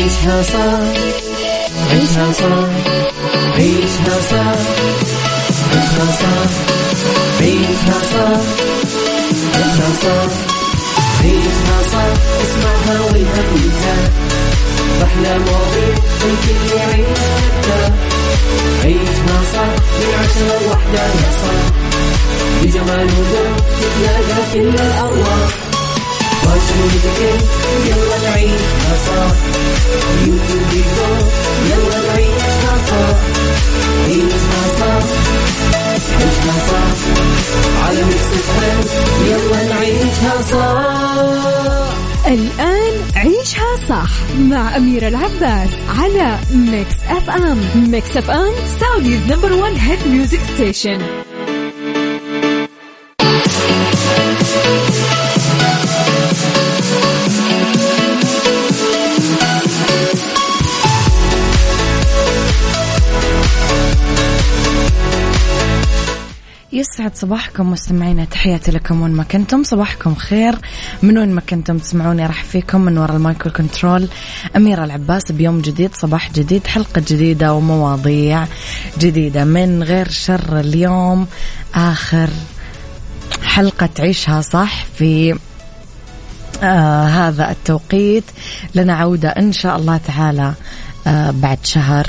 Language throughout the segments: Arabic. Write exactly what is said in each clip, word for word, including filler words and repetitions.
عيشها صح عيشها صح عيشها صح عيشها صح عيشها صح عيشها صح عيشها صح اسمعها والهم ينزاح أحلى مواضيع الكل يعيش ترتاح عيشها صح من عشرة لوحدة يا صاح بجمال وذوق تتلاقى كل الأرواح واشروا لك يلا نعيشها صح يوتيوب فيديو يلا نعيشها صح عيشها صح عيشها صح على ميكس اف ام يلا نعيشها صح. الآن عيشها صح مع أميرة العباس على ميكس اف ام. ميكس اف ام سعوديز نمبر ون هيت ميوزك ستيشن. يسعد صباحكم مستمعينا، تحياتي لكم وين ما كنتم، صباحكم خير من وين ما كنتم تسمعوني. راح فيكم من وراء المايكرو كنترول أميرة العباس بيوم جديد، صباح جديد، حلقة جديدة ومواضيع جديدة من غير شر. اليوم آخر حلقة عيشها صح في آه هذا التوقيت، لنا عودة إن شاء الله تعالى آه بعد شهر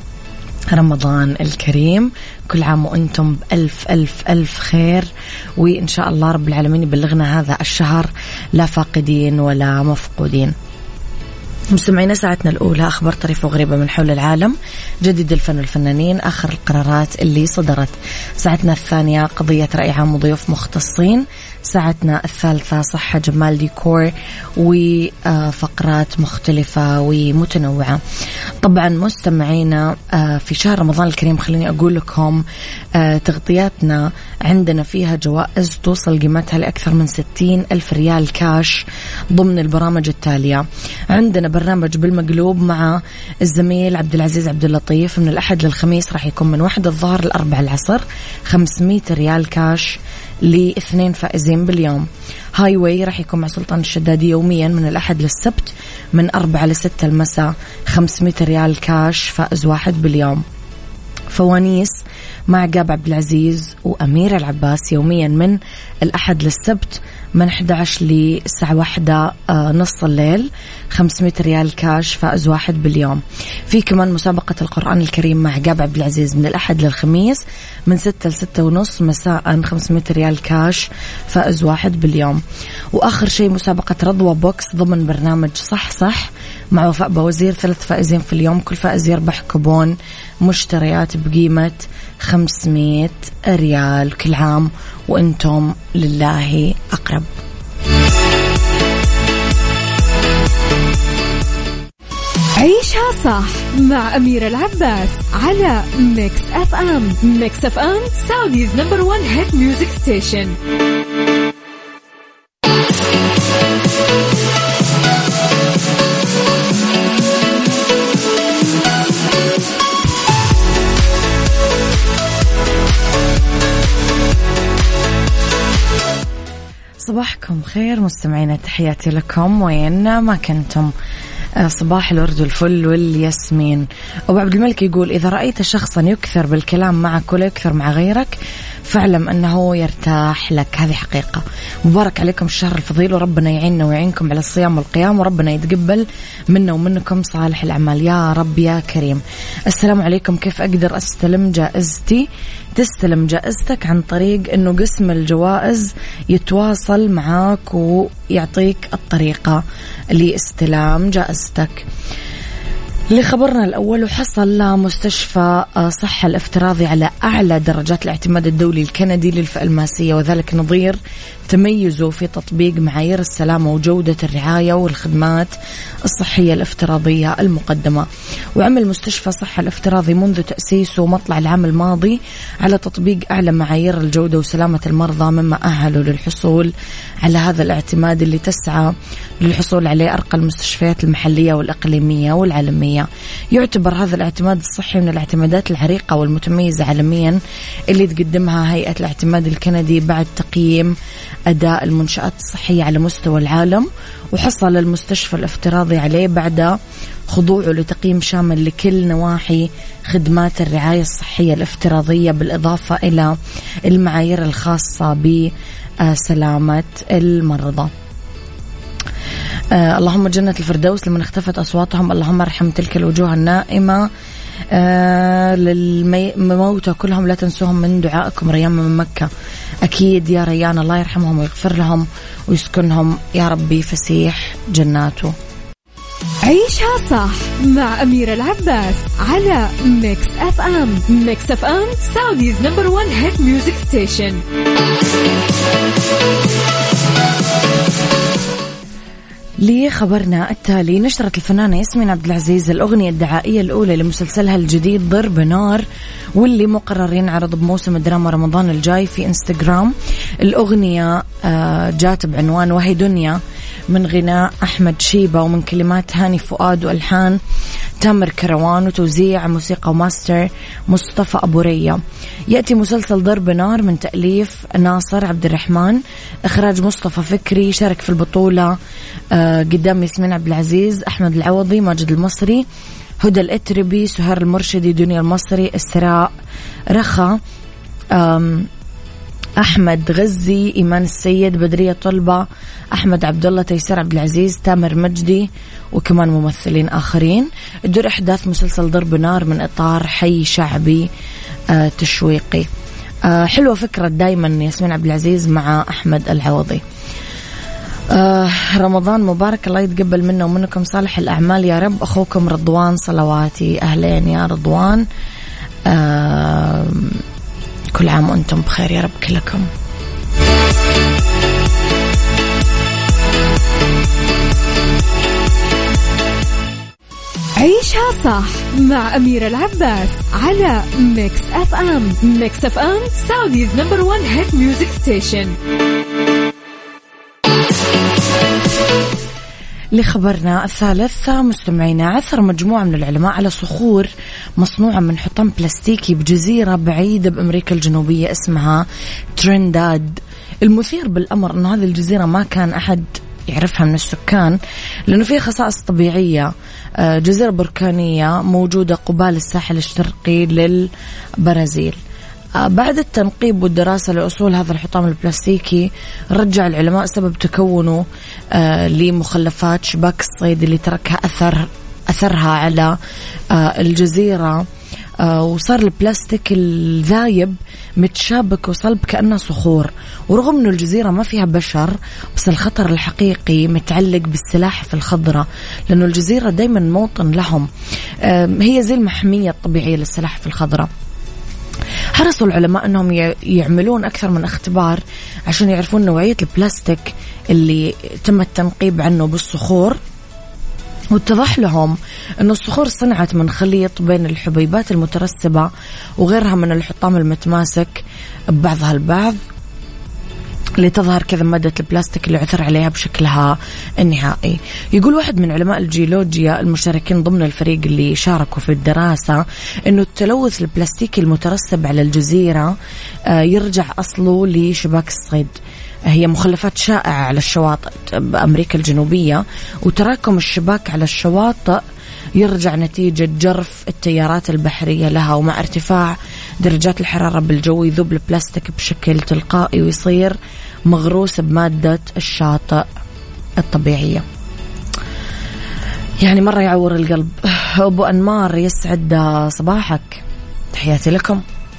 رمضان الكريم. كل عام وأنتم بألف ألف ألف خير، وإن شاء الله رب العالمين يبلغنا هذا الشهر لا فاقدين ولا مفقودين. مستمعينا، ساعتنا الأولى أخبار طريفة وغريبة من حول العالم، جديد الفن والفنانين، آخر القرارات اللي صدرت. ساعتنا الثانية قضية رأي عام وضيوف مختصين. ساعتنا الثالثة صحة جمال ديكور وفقرات مختلفة ومتنوعة. طبعا مستمعينا في شهر رمضان الكريم خليني أقول لكم تغطياتنا عندنا فيها جوائز توصل قيمتها لأكثر من ستين ألف ريال كاش ضمن البرامج التالية. عندنا برنامج بالمقلوب مع الزميل عبد العزيز عبد اللطيف من الأحد للخميس، راح يكون من واحد الظهر لأربع العصر، خمسمية ريال كاش لاثنين فائزين باليوم. هاي واي راح يكون مع سلطان الشدادي يوميا من الأحد للسبت من أربعة لستة المساء، خمسمية ريال كاش فائز واحد باليوم. فوانيس مع عقاب عبد العزيز وأميرة العباس يوميا من الأحد للسبت من أحد عشر للساعة واحدة نص الليل، خمسمية ريال كاش فائز واحد باليوم. في كمان مسابقة القرآن الكريم مع عقاب عبد العزيز من الأحد للخميس من ستة لستة ونص مساء، خمسمية ريال كاش فائز واحد باليوم. وآخر شيء مسابقة رضوى بوكس ضمن برنامج صح صح مع وفاء بوزير، ثلاث فائزين في اليوم، كل فائز يربح كوبون مشتريات بقيمة خمسمية ريال. كل عام وأنتم لله أقرب. عيشها صح مع أميرة العباس على ميكس اف ام. ميكس اف ام سعوديز نمبر ون هيت ميوزك ستيشن. صباحكم خير مستمعينا، تحياتي لكم وين ما كنتم. صباح الورد والفل والياسمين. أبو عبد الملك يقول إذا رأيت شخصا يكثر بالكلام معك ولا يكثر مع غيرك فاعلم أنه يرتاح لك. هذه حقيقة. مبارك عليكم الشهر الفضيل، وربنا يعيننا ويعينكم على الصيام والقيام، وربنا يتقبل منا ومنكم صالح الأعمال يا رب يا كريم. السلام عليكم، كيف أقدر أستلم جائزتي؟ تستلم جائزتك عن طريق أنه قسم الجوائز يتواصل معاك ويعطيك الطريقة لاستلام جائزتك. لخبرنا الأول، وحصل مستشفى صحة الافتراضي على أعلى درجات الاعتماد الدولي الكندي للفئة الماسية، وذلك نظير تميزه في تطبيق معايير السلامة وجودة الرعاية والخدمات الصحية الافتراضية المقدمة. وعمل مستشفى صحة الافتراضي منذ تأسيسه مطلع العام الماضي على تطبيق أعلى معايير الجودة وسلامة المرضى، مما أهله للحصول على هذا الاعتماد اللي تسعى للحصول عليه أرقى المستشفيات المحلية والإقليمية والعالمية. يعتبر هذا الاعتماد الصحي من الاعتمادات العريقة والمتميزة عالميا اللي تقدمها هيئة الاعتماد الكندي بعد تقييم أداء المنشآت الصحية على مستوى العالم. وحصل المستشفى الافتراضي عليه بعد خضوعه لتقييم شامل لكل نواحي خدمات الرعاية الصحية الافتراضية، بالإضافة إلى المعايير الخاصة بسلامة المرضى. آه اللهم جنة الفردوس لمن اختفت أصواتهم، اللهم ارحم تلك الوجوه النائمة. آه للموتى كلهم لا تنسوهم من دعائكم. ريان من مكة، أكيد يا ريان، الله يرحمهم ويغفر لهم ويسكنهم يا ربي فسيح جناته. عيشها صح مع أميرة العباس على ميكس أف أم. ميكس أف أم سعوديز نمبر ون هيت ميوزك ستيشن. لخبرنا التالي، نشرت الفنانة ياسمين عبد العزيز الأغنية الدعائية الأولى لمسلسلها الجديد ضرب نار، واللي مقرر ينعرض بموسم دراما رمضان الجاي في إنستغرام. الأغنية جات بعنوان وهي دنيا، من غناء أحمد شيبة ومن كلمات هاني فؤاد وألحان تامر كروان وتوزيع موسيقى وماستر مصطفى أبو ريا. يأتي مسلسل ضرب نار من تأليف ناصر عبد الرحمن، إخراج مصطفى فكري. شارك في البطولة قدام ياسمين عبد العزيز أحمد العوضي، ماجد المصري، هدى الاتربي، سهر المرشدي، دنيا المصري، إسراء رخا، أحمد غزي، إيمان السيد، بدرية طلبة، أحمد عبد الله، تيسير عبد العزيز، تامر مجدي، وكمان ممثلين آخرين. تدور أحداث مسلسل ضرب نار من إطار حي شعبي آه تشويقي. آه حلوة فكرة دايما ياسمين عبد العزيز مع أحمد العوضي. آه رمضان مبارك، الله يتقبل منا ومنكم صالح الأعمال يا رب. أخوكم رضوان صلواتي. أهلين يا رضوان، آه كل عام وأنتم بخير يا رب كلكم. عيشها صح مع أميرة العباس على ميكس أف أم. ميكس أف أم سعوديز نمبر ون هيت ميوزك ستيشن. لخبرنا الثالث مستمعينا، عثر مجموعة من العلماء على صخور مصنوعة من حطام بلاستيكي بجزيرة بعيدة بأمريكا الجنوبية اسمها ترينداد. المثير بالأمر أن هذه الجزيرة ما كان أحد يعرفها من السكان، لأنه فيها خصائص طبيعية. جزيرة بركانية موجودة قبال الساحل الشرقي للبرازيل. بعد التنقيب والدراسة لأصول هذا الحطام البلاستيكي، رجع العلماء سبب تكونه لمخلفات شباك الصيد اللي تركها أثر أثرها على الجزيرة، وصار البلاستيك الذايب متشابك وصلب كأنه صخور. ورغم أنه الجزيرة ما فيها بشر، بس الخطر الحقيقي متعلق بالسلاحف الخضراء، لأنه الجزيرة دايما موطن لهم، هي زي المحمية الطبيعية للسلاحف الخضراء. حرصوا العلماء أنهم يعملون أكثر من اختبار عشان يعرفون نوعية البلاستيك اللي تم التنقيب عنه بالصخور، واتضح لهم أن الصخور صنعت من خليط بين الحبيبات المترسبة وغيرها من الحطام المتماسك ببعضها البعض، لتظهر كذا مادة البلاستيك اللي عثر عليها بشكلها النهائي. يقول واحد من علماء الجيولوجيا المشاركين ضمن الفريق اللي شاركوا في الدراسة أنه التلوث البلاستيكي المترسب على الجزيرة يرجع أصله لشباك الصيد. هي مخلفات شائعة على الشواطئ بأمريكا الجنوبية، وتراكم الشباك على الشواطئ يرجع نتيجة جرف التيارات البحرية لها، ومع ارتفاع درجات الحرارة بالجو يذوب البلاستيك بشكل تلقائي ويصير مغروس بمادة الشاطئ الطبيعية. يعني مرة يعور القلب. أبو أنمار يسعد صباحك، تحياتي لكم.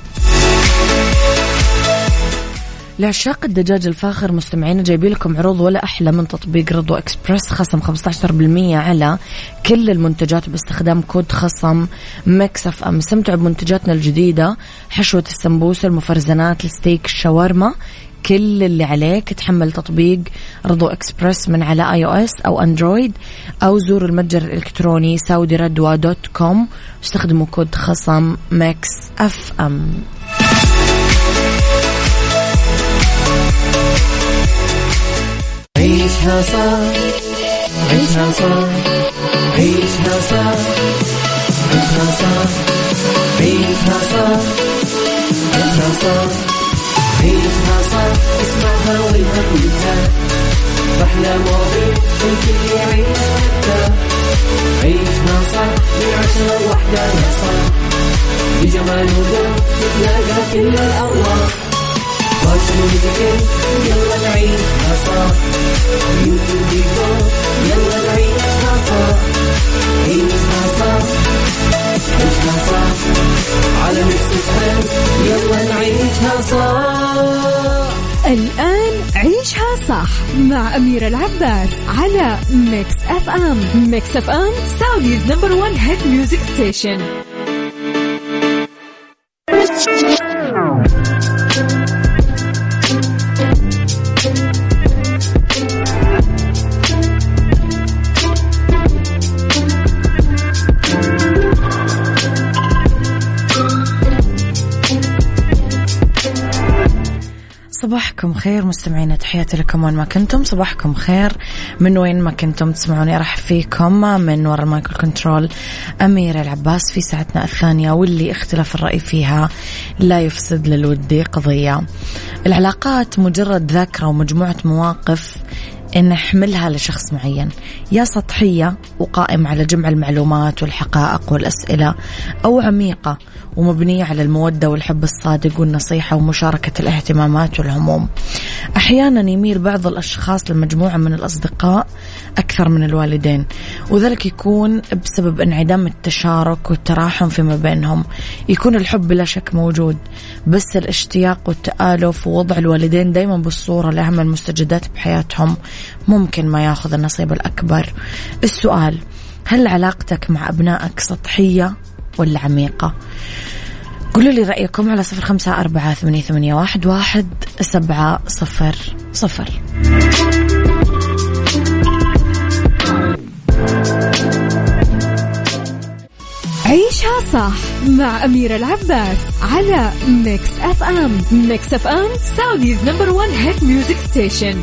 لعشاق الدجاج الفاخر مستمعين، جايبين لكم عروض ولا أحلى من تطبيق رضوى إكسبرس. خصم خمسة عشر بالمية على كل المنتجات باستخدام كود خصم ميكس أف أم. استمتعوا بمنتجاتنا الجديدة، حشوة السمبوسة، المفرزنات، الستيك، الشاورما. كل اللي عليك تحمل تطبيق رضوى إكسبرس من على آي أو إس أو أندرويد، أو زور المتجر الإلكتروني سعودي ردوى دوت كوم واستخدموا كود خصم ميكس أف أم. عيشها صح، عيشها صح، عيشها صح، عيشها صح، عيشها صح، عيشها صح، عيشها صح، اسمعها والهم ينزاح، أحلى مواضيع الكل يعيشها، عيشها بداية صح بجمال وذوق تتلاقى كل الأرواح فاشل واتيكيت يلا نعيشها صح بيوتي وديكور يلا نعيشها صح عيشها صح عيشها صح على ميكس اف ام يلا نعيشها صح. الآن عيشها صح مع أميرة العباس على ميكس اف ام. ميكس اف ام سعوديز نمبر ون هيت ميوزك ستيشن. صباحكم خير مستمعين، تحياتي لكم وين ما كنتم. صباحكم خير من وين ما كنتم تسمعوني. راح فيكم من وراء المايكرو كنترول أميرة العباس في ساعتنا الثانية، واللي اختلاف الرأي فيها لا يفسد للودي قضية. العلاقات مجرد ذاكرة ومجموعة مواقف نحملها لشخص معين، يا سطحية وقائمة على جمع المعلومات والحقائق والأسئلة، أو عميقة ومبنية على المودة والحب الصادق والنصيحة ومشاركة الاهتمامات والهموم. أحيانا يميل بعض الأشخاص لمجموعة من الأصدقاء أكثر من الوالدين، وذلك يكون بسبب انعدام التشارك والتراحم فيما بينهم. يكون الحب بلا شك موجود، بس الاشتياق والتآلف ووضع الوالدين دايما بالصورة لأهم المستجدات بحياتهم ممكن ما ياخذ النصيب الأكبر. السؤال: هل علاقتك مع أبنائك سطحية ولا عميقة؟ قولوا لي رأيكم على صفر خمسة أربعة ثمانية ثمانية واحد واحد سبعة صفر صفر. عيشها صح مع أميرة العباس على ميكس اف ام. ميكس اف ام سعوديز نمبر ون هيت ميوزك ستيشن.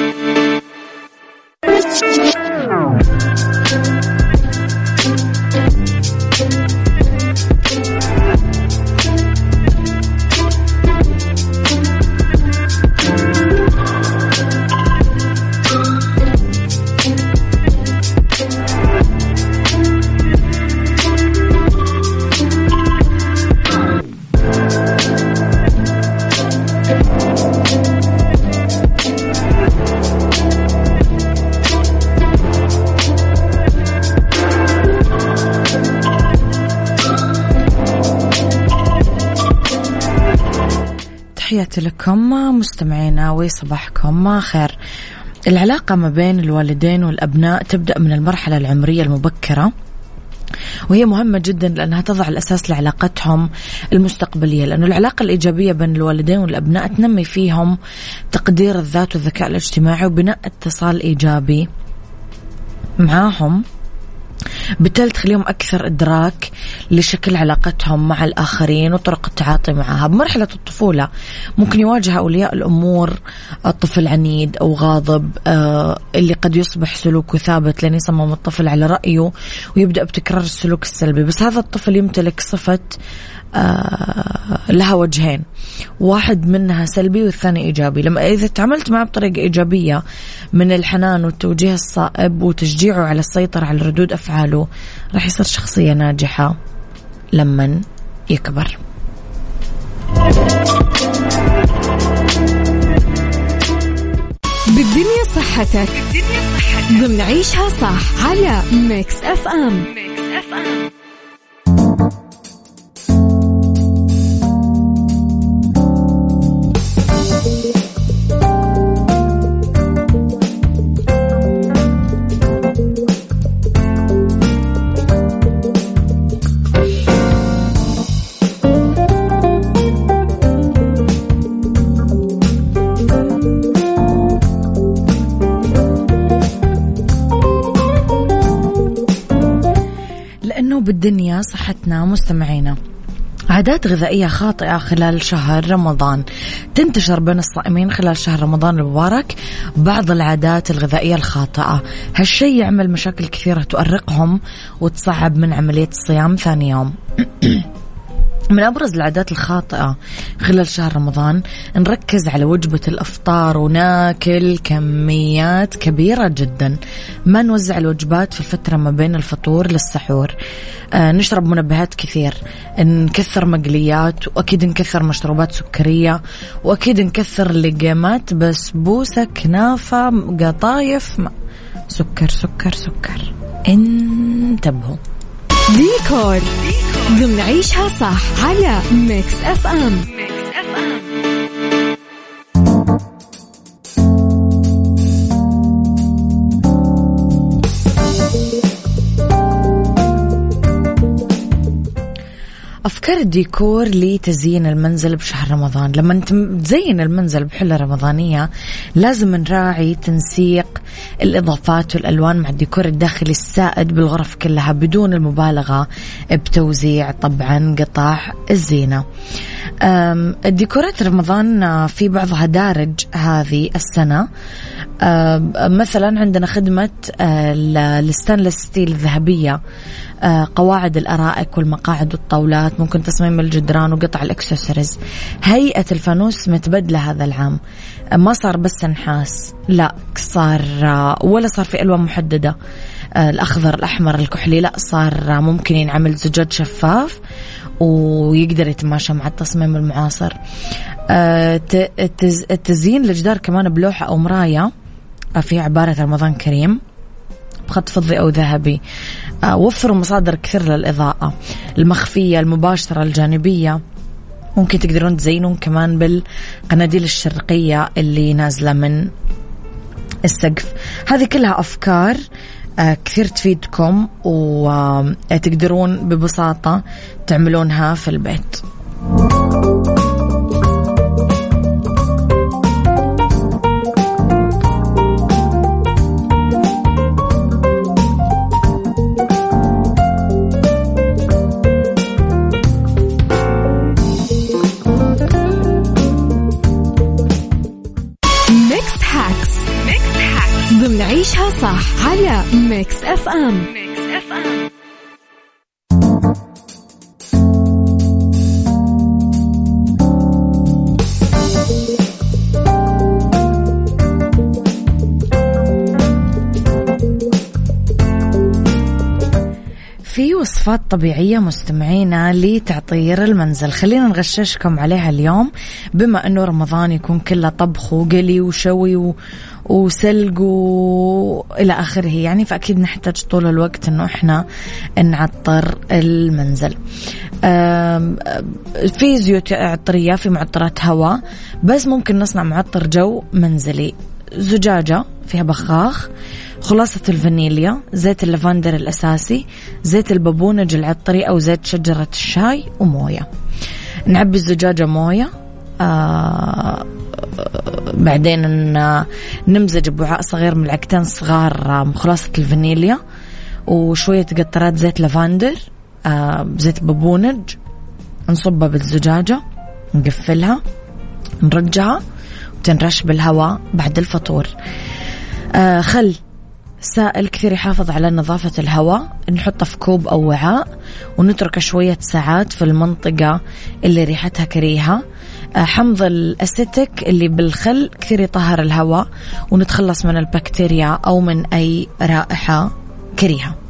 تحياتي لكم مستمعينا وصباحكم خير. العلاقة ما بين الوالدين والأبناء تبدأ من المرحلة العمرية المبكرة، وهي مهمة جدا لأنها تضع الأساس لعلاقتهم المستقبلية، لأنه العلاقة الإيجابية بين الوالدين والأبناء تنمي فيهم تقدير الذات والذكاء الاجتماعي وبناء اتصال إيجابي معاهم، بالتالي تخليهم أكثر إدراك لشكل علاقتهم مع الآخرين وطرق التعاطي معها. بمرحلة الطفولة ممكن يواجه أولياء الأمور الطفل عنيد أو غاضب آه اللي قد يصبح سلوكه ثابت لأن يصمم الطفل على رأيه ويبدأ بتكرار السلوك السلبي. بس هذا الطفل يمتلك صفة آه لها وجهين، واحد منها سلبي والثاني إيجابي. لما إذا تعاملت معه بطريقة إيجابية من الحنان والتوجيه الصائب وتشجيعه على السيطرة على ردود أفعاله، راح يصير شخصية ناجحة لمن يكبر. بالدنيا صحتك ضمن عيشها صح على ميكس اف ام. بالدنيا صحتنا مستمعينا، عادات غذائية خاطئة خلال شهر رمضان تنتشر بين الصائمين خلال شهر رمضان المبارك. بعض العادات الغذائية الخاطئة هالشيء يعمل مشاكل كثيرة تؤرقهم وتصعب من عملية الصيام ثاني يوم. من أبرز العادات الخاطئة خلال شهر رمضان نركز على وجبة الإفطار وناكل كميات كبيرة جدا، ما نوزع الوجبات في الفترة ما بين الفطور للسحور، آه نشرب منبهات كثير، نكثر مقليات، وأكيد نكثر مشروبات سكرية، وأكيد نكثر لقيمات بسبوسة كنافة قطايف سكر سكر سكر. انتبهوا. ديكور ضمن عيشها صح على ميكس اف ام. أفكار الديكور لتزيين المنزل بشهر رمضان. لما تزين المنزل بحلة رمضانية لازم نراعي تنسيق الإضافات والألوان مع الديكور الداخلي السائد بالغرف كلها بدون المبالغة بتوزيع طبعا قطع الزينة. الديكورات رمضان في بعضها دارج هذه السنة، مثلا عندنا خدمة الستانلس ستيل الذهبية، قواعد الأرائك والمقاعد والطاولات، ممكن تصميم الجدران وقطع الأكسسوارز. هيئة الفانوس متبدلة هذا العام، ما صار بس نحاس، لا صار ولا صار في ألوان محددة، الأخضر الأحمر الكحلي، لا صار ممكن ينعمل زجاج شفاف ويقدر يتماشى مع التصميم المعاصر. التزيين الجدار كمان بلوحة أو مراية في عبارة رمضان كريم بخط فضي أو ذهبي. وفروا مصادر كثير للإضاءة المخفية المباشرة الجانبية، ممكن تقدرون تزينون كمان بالقناديل الشرقية اللي نازلة من السقف. هذه كلها أفكار كثير تفيدكم وتقدرون ببساطة تعملونها في البيت. عيشها صح على ميكس اف ام. ميكس اف ام. في وصفات طبيعية مستمعينا لتعطير المنزل، خلينا نغششكم عليها اليوم بما أنه رمضان يكون كله طبخ وقلي وشوي و... وسلق وإلى آخره يعني، فأكيد نحتاج طول الوقت أنه إحنا نعطر المنزل. في زيوت عطرية، في معطرات هواء، بس ممكن نصنع معطر جو منزلي. زجاجة فيها بخاخ، خلاصة الفانيليا، زيت اللافندر الأساسي، زيت البابونج العطري أو زيت شجرة الشاي، وموية. نعبي الزجاجة موية، آه بعدين نمزج بوعاء صغير ملعقتين صغار خلاصة الفانيليا وشوية قطرات زيت لافندر، آه زيت بابونج، نصبها بالزجاجة، نقفلها، نرجعها وتنرش بالهواء بعد الفطور. آه خل سائل كثير يحافظ على نظافة الهواء، نحطه في كوب أو وعاء ونتركه شوية ساعات في المنطقة اللي ريحتها كريهة. حمض الأسيتيك اللي بالخل كثير يطهر الهواء ونتخلص من البكتيريا أو من أي رائحة كريهة.